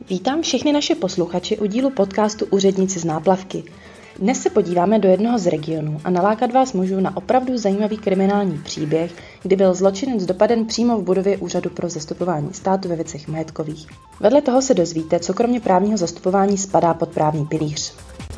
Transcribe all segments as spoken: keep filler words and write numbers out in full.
Vítám všechny naše posluchače u dílu podcastu Úředníci z náplavky. Dnes se podíváme do jednoho z regionů a nalákat vás můžu na opravdu zajímavý kriminální příběh, kdy byl zločinec dopaden přímo v budově Úřadu pro zastupování státu ve věcech majetkových. Vedle toho se dozvíte, co kromě právního zastupování spadá pod právní pilíř.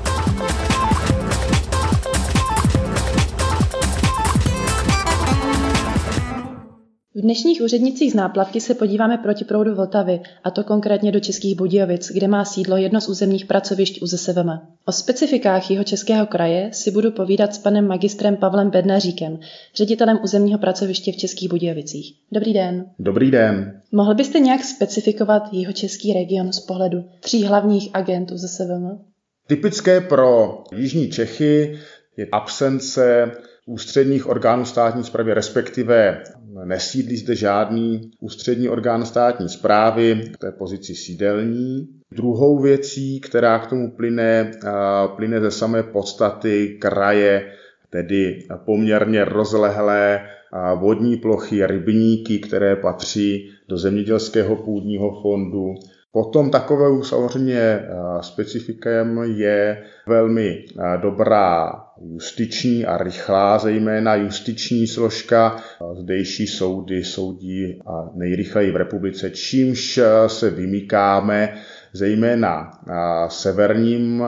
V dnešních Úřednicích z náplavky se podíváme proti proudu Vltavy, a to konkrétně do Českých Budějovic, kde má sídlo jedno z územních pracovišť ÚZSVM. O specifikách Jihočeského kraje si budu povídat s panem magistrem Pavlem Bednaříkem, ředitelem územního pracoviště v Českých Budějovicích. Dobrý den. Dobrý den. Mohl byste nějak specifikovat Jihočeský region z pohledu tří hlavních agent ÚZSVM? Typické pro jižní Čechy je absence ústředních orgánů státní správy, respektive nesídlí zde žádný ústřední orgán státní správy, to je pozici sídelní. Druhou věcí, která k tomu plyne, plyne ze samé podstaty kraje, tedy poměrně rozlehlé vodní plochy, rybníky, které patří do zemědělského půdního fondu. Potom takovou samozřejmě specifikem je velmi dobrá justiční a rychlá, zejména justiční složka. Zdejší soudy soudí nejrychleji v republice, čímž se vymykáme zejména severním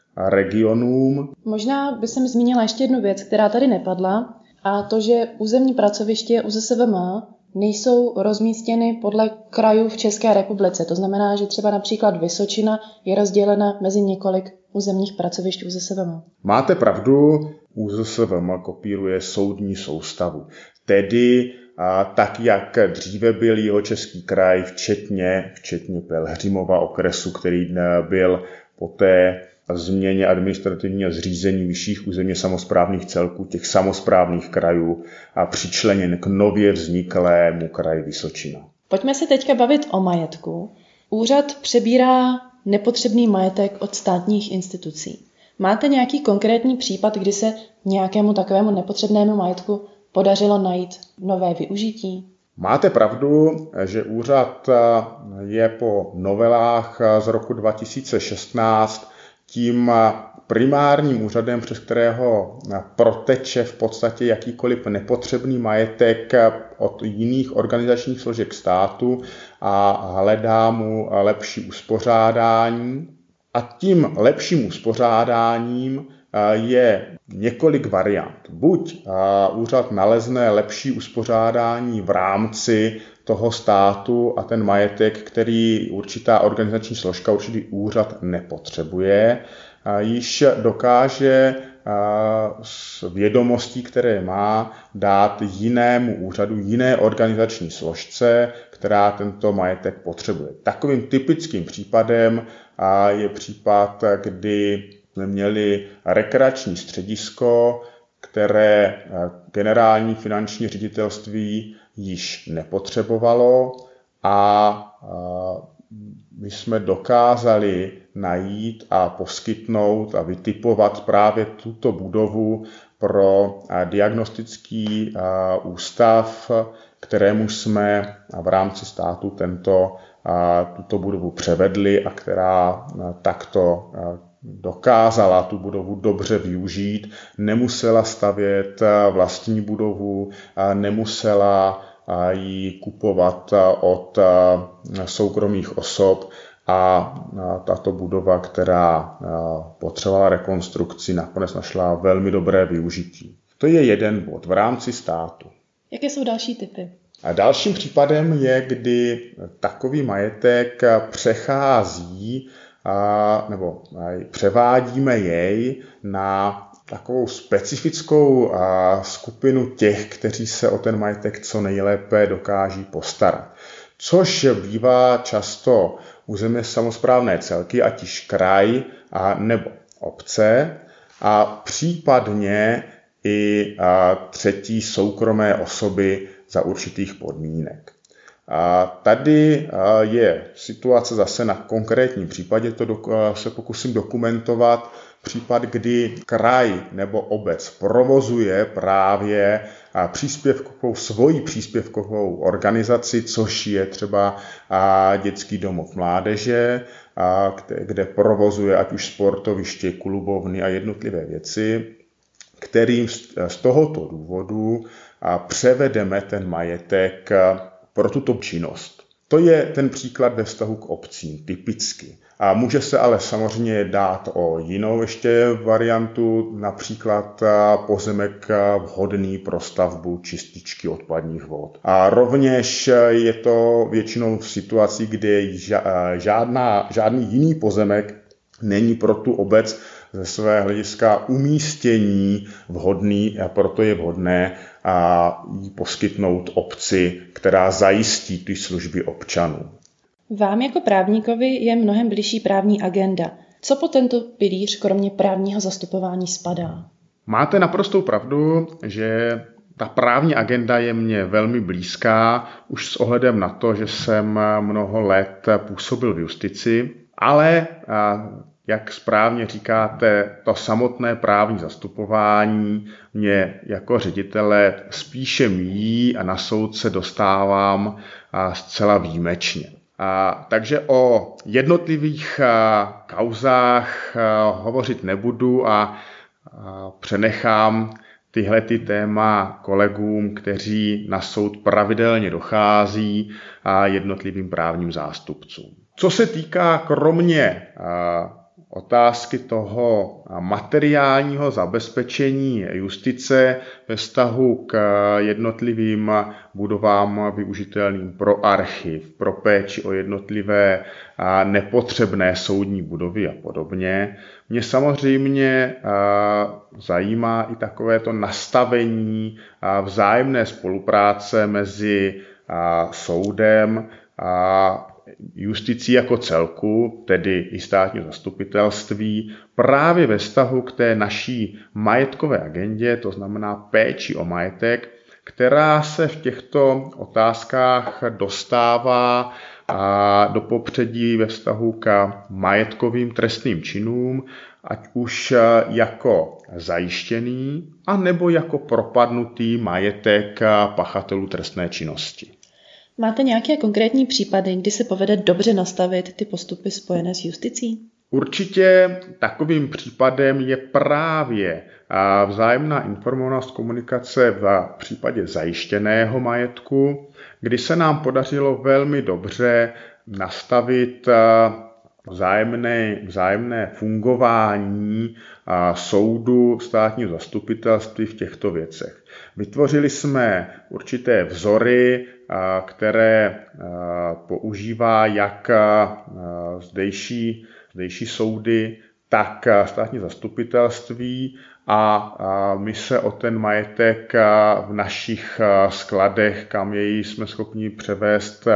regionům. Možná by jsem zmínila ještě jednu věc, která tady nepadla, a to, že územní pracoviště ÚZSVM nejsou rozmístěny podle krajů v České republice. To znamená, že třeba například Vysočina je rozdělena mezi několik územních pracovišť ÚZSVM. Máte pravdu, ÚZSVM kopíruje soudní soustavu. Tedy a tak, jak dříve byl Jihočeský kraj, včetně, včetně Pelhřimova okresu, který byl poté změně administrativního zřízení vyšších územně samosprávných celků, těch samosprávných krajů a přičleněn k nově vzniklému kraji Vysočina. Pojďme se teďka bavit o majetku. Úřad přebírá nepotřebný majetek od státních institucí. Máte nějaký konkrétní případ, kdy se nějakému takovému nepotřebnému majetku podařilo najít nové využití? Máte pravdu, že úřad je po novelách z roku dva tisíce šestnáct tím primárním úřadem, přes kterého proteče v podstatě jakýkoliv nepotřebný majetek od jiných organizačních složek státu a hledá mu lepší uspořádání. A tím lepším uspořádáním je několik variant. Buď úřad nalezne lepší uspořádání v rámci toho státu a ten majetek, který určitá organizační složka, určitý úřad nepotřebuje, již dokáže s vědomostí, které má, dát jinému úřadu, jiné organizační složce, která tento majetek potřebuje. Takovým typickým případem je případ, kdy jsme měli rekreační středisko, které generální finanční ředitelství již nepotřebovalo, a my jsme dokázali najít a poskytnout a vytipovat právě tuto budovu pro diagnostický ústav, kterému jsme v rámci státu tento, tuto budovu převedli a která takto dokázala tu budovu dobře využít, nemusela stavět vlastní budovu, nemusela ji kupovat od soukromých osob a tato budova, která potřebovala rekonstrukci, nakonec našla velmi dobré využití. To je jeden bod v rámci státu. Jaké jsou další typy? A dalším případem je, kdy takový majetek přechází a, nebo a, převádíme jej na takovou specifickou a, skupinu těch, kteří se o ten majetek co nejlépe dokáží postarat. Což bývá často územně samosprávné celky, ať již kraj a nebo obce, a případně i a, třetí soukromé osoby za určitých podmínek. A tady je situace zase na konkrétním případě, to se pokusím dokumentovat, případ, kdy kraj nebo obec provozuje právě příspěvkovou, svoji příspěvkovou organizaci, což je třeba dětský domov mládeže, kde provozuje ať už sportoviště, klubovny a jednotlivé věci, kterým z tohoto důvodu převedeme ten majetek pro tuto činnost. To je ten příklad ve vztahu k obcím, typicky. A může se ale samozřejmě dát o jinou ještě variantu, například pozemek vhodný pro stavbu čističky odpadních vod. A rovněž je to většinou v situaci, kdy žádná, žádný jiný pozemek není pro tu obec ze svého hlediska umístění vhodný, a proto je vhodné a jí poskytnout obci, která zajistí ty služby občanů. Vám jako právníkovi je mnohem bližší právní agenda. Co po tento pilíř kromě právního zastupování spadá? Máte naprostou pravdu, že ta právní agenda je mně velmi blízká, už s ohledem na to, že jsem mnoho let působil v justici, ale jak správně říkáte, to samotné právní zastupování mě jako ředitele spíše míjí a na soud se dostávám zcela výjimečně. A, takže o jednotlivých a, kauzách a, hovořit nebudu a, a přenechám tyhle ty téma kolegům, kteří na soud pravidelně dochází a jednotlivým právním zástupcům. Co se týká kromě a, otázky toho materiálního zabezpečení justice ve vztahu k jednotlivým budovám využitelným pro archiv, pro péči o jednotlivé nepotřebné soudní budovy a podobně, mě samozřejmě zajímá i takovéto nastavení vzájemné spolupráce mezi soudem a justicí jako celku, tedy i státního zastupitelství, právě ve vztahu k té naší majetkové agendě, to znamená péči o majetek, která se v těchto otázkách dostává do popředí ve vztahu k majetkovým trestným činům, ať už jako zajištěný, anebo jako propadnutý majetek pachatelů trestné činnosti. Máte nějaké konkrétní případy, kdy se povede dobře nastavit ty postupy spojené s justicí? Určitě takovým případem je právě vzájemná informovanost komunikace v případě zajištěného majetku, kdy se nám podařilo velmi dobře nastavit vzájemné, vzájemné fungování soudu, státního zastupitelství v těchto věcech. Vytvořili jsme určité vzory, které používá jak zdejší, zdejší soudy, tak státní zastupitelství a my se o ten majetek v našich skladech, kam jej jsme schopni převést,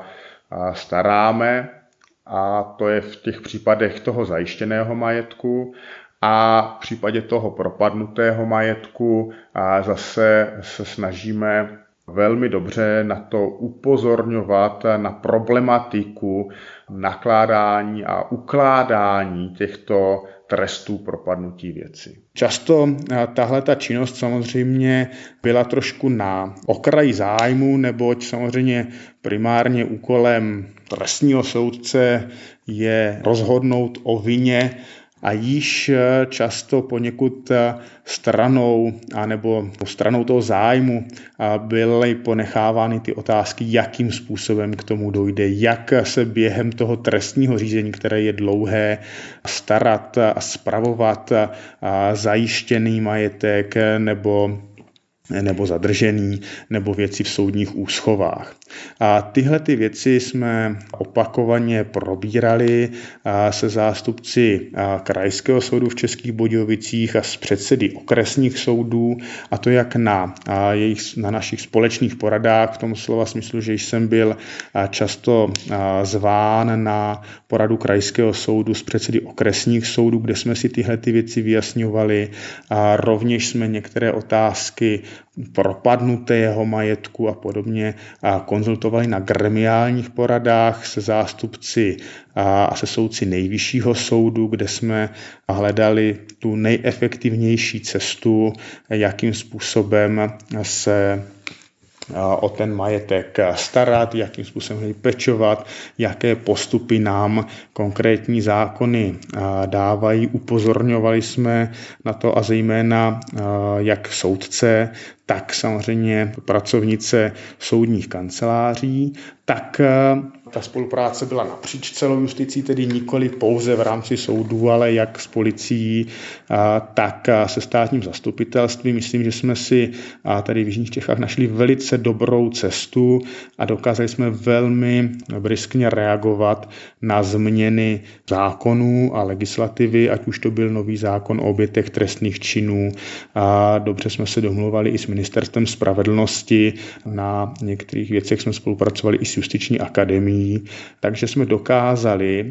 staráme. A to je v těch případech toho zajištěného majetku. A v případě toho propadnutého majetku a zase se snažíme velmi dobře na to upozorňovat, na problematiku nakládání a ukládání těchto trestů propadnutí věci. Často tahle ta činnost samozřejmě byla trošku na okraji zájmu, neboť samozřejmě primárně úkolem trestního soudce je rozhodnout o vině a již často poněkud stranou anebo stranou toho zájmu byly ponechávány ty otázky, jakým způsobem k tomu dojde, jak se během toho trestního řízení, které je dlouhé, starat a spravovat zajištěný majetek nebo nebo zadržený, nebo věci v soudních úschovách. A tyhle ty věci jsme opakovaně probírali se zástupci Krajského soudu v Českých Budějovicích a s předsedy okresních soudů, a to jak na, jejich, na našich společných poradách, v tom slova smyslu, že jsem byl často zván na poradu Krajského soudu s předsedy okresních soudů, kde jsme si tyhle ty věci vyjasňovali. A rovněž jsme některé otázky propadnutého majetku a podobně konzultovali na gremiálních poradách se zástupci a se soudci nejvyššího soudu, kde jsme hledali tu nejefektivnější cestu, jakým způsobem se o ten majetek starat, jakým způsobem pečovat, jaké postupy nám konkrétní zákony dávají. Upozorňovali jsme na to a zejména jak soudce, tak samozřejmě pracovnice soudních kanceláří, tak ta spolupráce byla napříč celou justicí, tedy nikoli pouze v rámci soudů, ale jak s policií, tak se státním zastupitelstvím. Myslím, že jsme si tady v Jižních Čechách našli velice dobrou cestu a dokázali jsme velmi bryskně reagovat na změny zákonů a legislativy, ať už to byl nový zákon o obětech trestných činů. Dobře jsme se domluvali i s Ministerstvem spravedlnosti, na některých věcech jsme spolupracovali i s Justiční akademií, takže jsme dokázali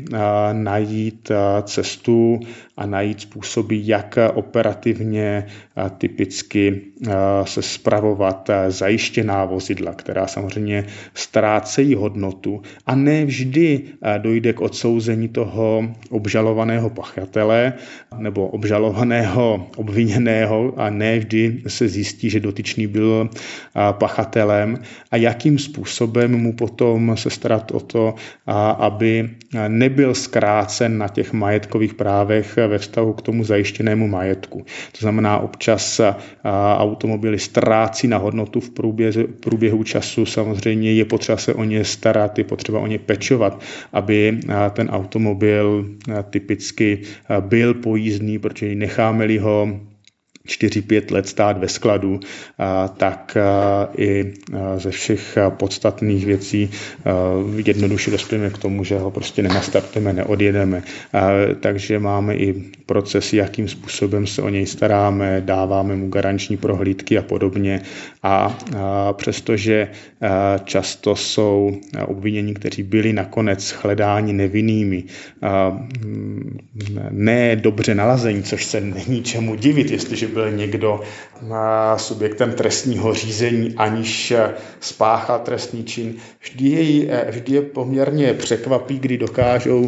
najít cestu a najít způsoby, jak operativně typicky se spravovat zajištěná vozidla, která samozřejmě ztrácejí hodnotu a ne vždy dojde k odsouzení toho obžalovaného pachatele nebo obžalovaného obviněného a ne vždy se zjistí, že dotyčný byl pachatelem a jakým způsobem mu potom se starat o to, aby nebyl zkrácen na těch majetkových právech ve vztahu k tomu zajištěnému majetku. To znamená, občas automobily ztrácí na hodnotu v průběhu, průběhu času. Samozřejmě je potřeba se o ně starat, je potřeba o ně pečovat, aby ten automobil typicky byl pojízdný, protože necháme-li ho čtyři pět let stát ve skladu, tak i ze všech podstatných věcí jednoduše dospějeme k tomu, že ho prostě nenastartujeme, neodjedeme. Takže máme i procesy, jakým způsobem se o něj staráme, dáváme mu garanční prohlídky a podobně. A přestože často jsou obvinění, kteří byli nakonec shledáni nevinnými, ne dobře nalazení, což se není čemu divit, jestliže byl někdo subjektem trestního řízení, aniž spáchal trestný čin. Vždy je, vždy je poměrně překvapí, kdy dokážou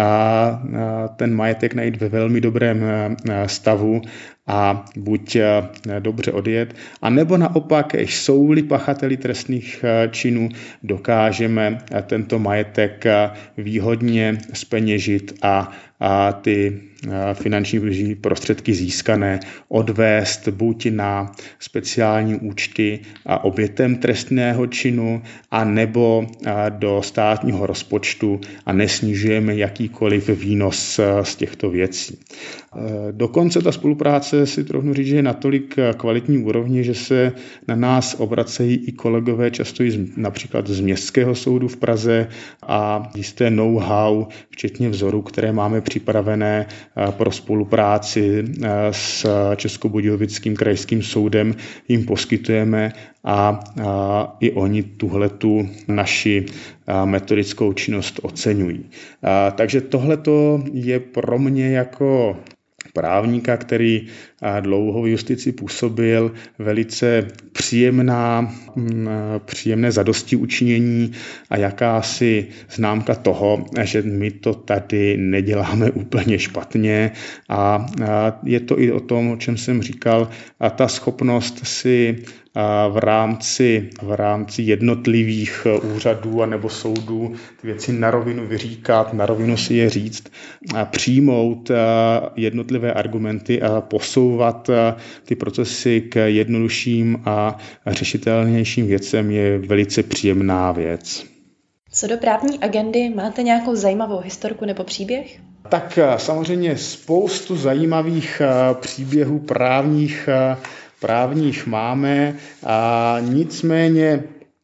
ten majetek najít ve velmi dobrém stavu a buď dobře odjet, a nebo naopak, jsou-li pachateli trestných činů, dokážeme tento majetek výhodně zpeněžit a, a ty finanční prostředky získané odvést buď na speciální účty a obětem trestného činu, a nebo do státního rozpočtu a nesnižujeme jakýkoliv výnos z těchto věcí. Dokonce ta spolupráce, si trochu říct, že je natolik kvalitní úrovni, že se na nás obracejí i kolegové, často i z, například z Městského soudu v Praze, a jisté know-how, včetně vzorů, které máme připravené pro spolupráci s Českobudějovickým krajským soudem, jim poskytujeme a, a i oni tuhletu naši metodickou činnost oceňují. A, takže tohleto je pro mě jako právníka, který dlouho v justici působil, velice příjemná, příjemné zadostiučinění a jakási známka toho, že my to tady neděláme úplně špatně, a je to i o tom, o čem jsem říkal, a ta schopnost si v rámci, v rámci jednotlivých úřadů a nebo soudů ty věci na rovinu vyříkat, na rovinu si je říct, a přijmout jednotlivé argumenty a posouvat ty procesy k jednodušším a řešitelnějším věcem je velice příjemná věc. Co do právní agendy, máte nějakou zajímavou historku nebo příběh? Tak samozřejmě spoustu zajímavých příběhů právních právních máme, a nicméně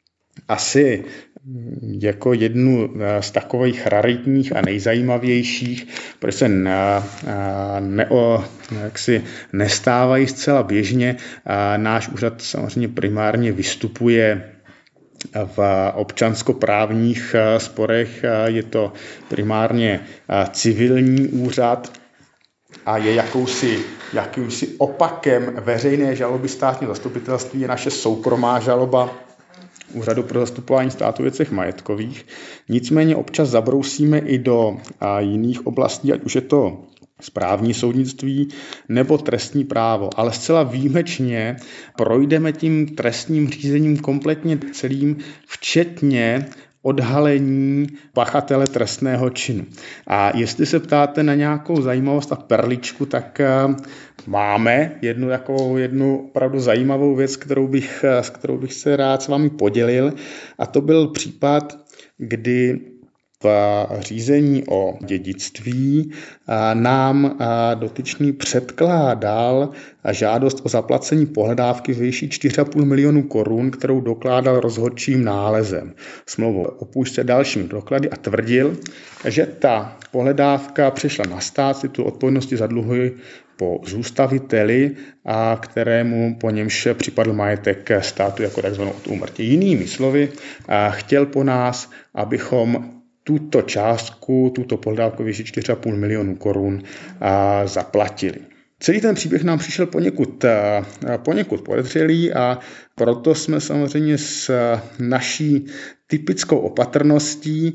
asi jako jednu z takových raritních a nejzajímavějších, protože se neo, jaksi nestávají zcela běžně. Náš úřad samozřejmě primárně vystupuje v občanskoprávních sporech, je to primárně civilní úřad, a je jakousi, jakýmsi opakem veřejné žaloby státního zastupitelství, je naše soukromá žaloba Úřadu pro zastupování státu v věcech majetkových. Nicméně občas zabrousíme i do a, jiných oblastí, ať už je to správní soudnictví nebo trestní právo, ale zcela výjimečně projdeme tím trestním řízením kompletně celým, včetně odhalení pachatele trestného činu. A jestli se ptáte na nějakou zajímavost a perličku, tak máme jednu takovou jednu opravdu zajímavou věc, kterou bych, s kterou bych se rád s vámi podělil. A to byl případ, kdy v řízení o dědictví nám dotyčný předkládal žádost o zaplacení pohledávky ve výši čtyři a půl milionu korun, kterou dokládal rozhodčím nálezem. Smlouvou o půjčce dalšími doklady a tvrdil, že ta pohledávka přešla na stát z titulu odpovědnosti za dluhy po zůstaviteli, a kterému po němž připadl majetek státu jako takzvanou od úmrtí. Jinými slovy, chtěl po nás, abychom tuto částku, tuto pohledávku výši čtyři a půl milionu korun a, zaplatili. Celý ten příběh nám přišel poněkud, a, poněkud podezřelý a proto jsme samozřejmě s naší typickou opatrností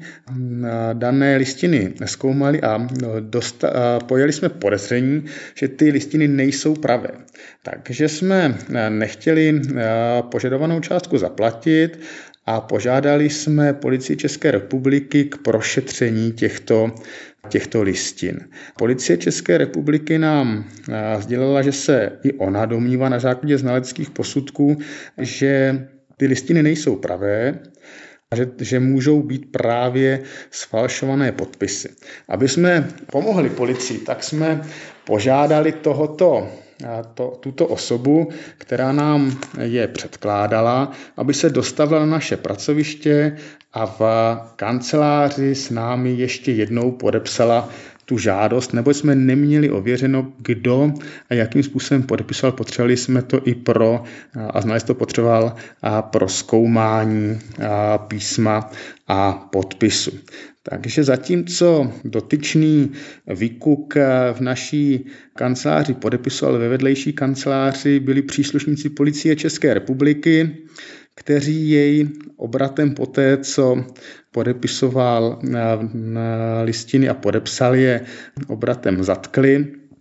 dané listiny zkoumali a, dosta, a pojeli jsme podezření, že ty listiny nejsou pravé. Takže jsme nechtěli požadovanou částku zaplatit a požádali jsme Policii České republiky k prošetření těchto, těchto listin. Policie České republiky nám sdělila, že se i ona domnívá na základě znaleckých posudků, že ty listiny nejsou pravé a že, že můžou být právě sfalšované podpisy. Aby jsme pomohli policii, tak jsme požádali tohoto To, tuto osobu, která nám je předkládala, aby se dostavila na naše pracoviště a v kanceláři s námi ještě jednou podepsala tu žádost, nebo jsme neměli ověřeno, kdo a jakým způsobem podepisoval. Potřebovali jsme to i pro, a znalec to potřeboval, a pro zkoumání a písma a podpisu. Takže zatímco dotyčný výkuk v naší kanceláři podepisoval, ve vedlejší kanceláři byli příslušníci Policie České republiky, kteří jej obratem poté, co podepisoval listiny a podepsal je, obratem zatkli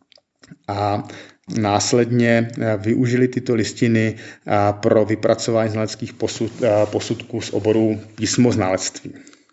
a následně využili tyto listiny pro vypracování znaleckých posud, posudků z oboru písmoznalectví.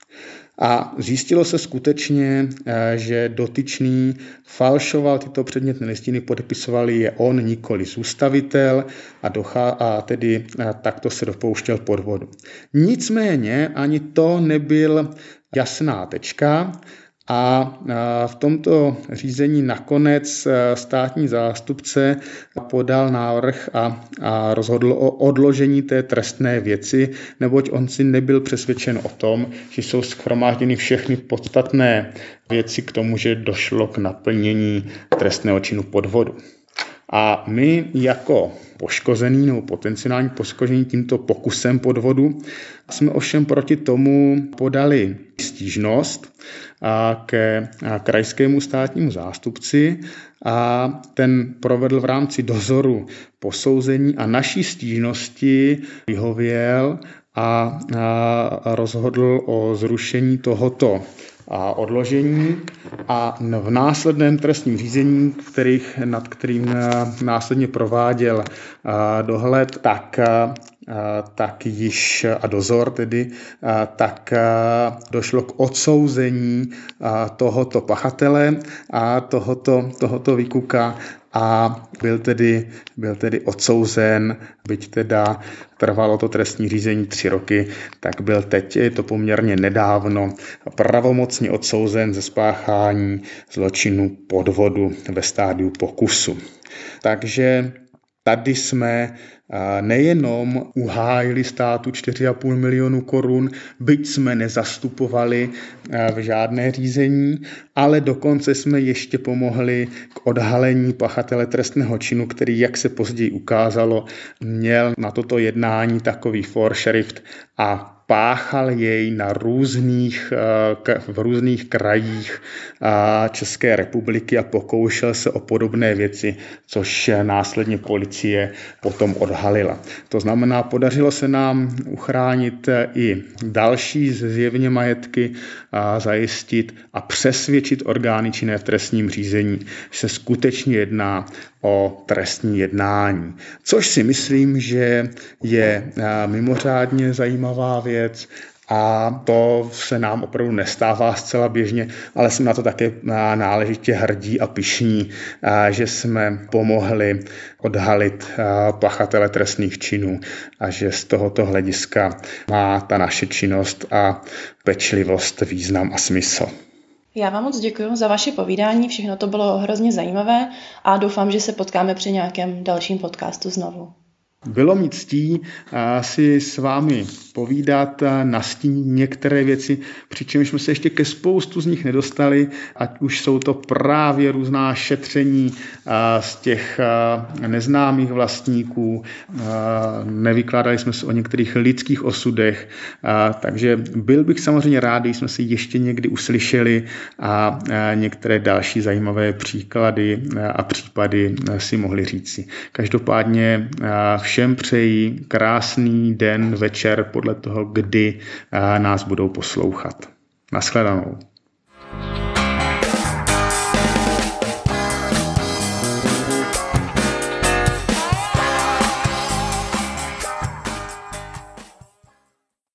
A zjistilo se skutečně, že dotyčný falšoval tyto předmětné listiny, podepisoval je on, nikoli zůstavitel, a, dochá, a tedy a takto se dopouštěl podvodu. Nicméně ani to nebyl jasná tečka a v tomto řízení nakonec státní zástupce podal návrh a, a rozhodl o odložení té trestné věci, neboť on si nebyl přesvědčen o tom, že jsou shromážděny všechny podstatné věci k tomu, že došlo k naplnění trestného činu podvodu. A my jako poškozený nebo potenciální poškození tímto pokusem podvodu jsme ovšem proti tomu podali stížnost ke krajskému státnímu zástupci a ten provedl v rámci dozoru posouzení a naší stížnosti vyhověl a rozhodl o zrušení tohoto a odložení a v následném trestním řízení, kterých, nad kterým následně prováděl dohled, tak, tak již a dozor tedy, tak došlo k odsouzení tohoto pachatele a tohoto, tohoto výkuka a byl tedy, byl tedy odsouzen, byť teda trvalo to trestní řízení tři roky, tak byl teď, je to poměrně nedávno, pravomocně odsouzen ze spáchání zločinu podvodu ve stádiu pokusu. Takže tady jsme nejenom uhájili státu čtyři a půl milionu korun, byť jsme nezastupovali v žádné řízení, ale dokonce jsme ještě pomohli k odhalení pachatele trestného činu, který, jak se později ukázalo, měl na toto jednání takový foršerift a páchal jej na různých, v různých krajích České republiky a pokoušel se o podobné věci, což následně policie potom odhalila. To znamená, podařilo se nám uchránit i další zjevně majetky, a zajistit a přesvědčit orgány činné v trestním řízení, že se skutečně jedná o trestní jednání. Což si myslím, že je mimořádně zajímavá věc a to se nám opravdu nestává zcela běžně, ale jsme na to také náležitě hrdí a pyšní, že jsme pomohli odhalit pachatele trestných činů a že z tohoto hlediska má ta naše činnost a pečlivost význam a smysl. Já vám moc děkuji za vaše povídání, všechno to bylo hrozně zajímavé a doufám, že se potkáme při nějakém dalším podcastu znovu. Bylo mi ctí si s vámi povídat, nastínit některé věci, přičemž jsme se ještě ke spoustu z nich nedostali, ať už jsou to právě různá šetření z těch neznámých vlastníků, nevykládali jsme se o některých lidských osudech, takže byl bych samozřejmě rád, když jsme si ještě někdy uslyšeli a některé další zajímavé příklady a případy si mohli říci. Každopádně všem přeji krásný den, večer, podle toho, kdy nás budou poslouchat. Nashledanou.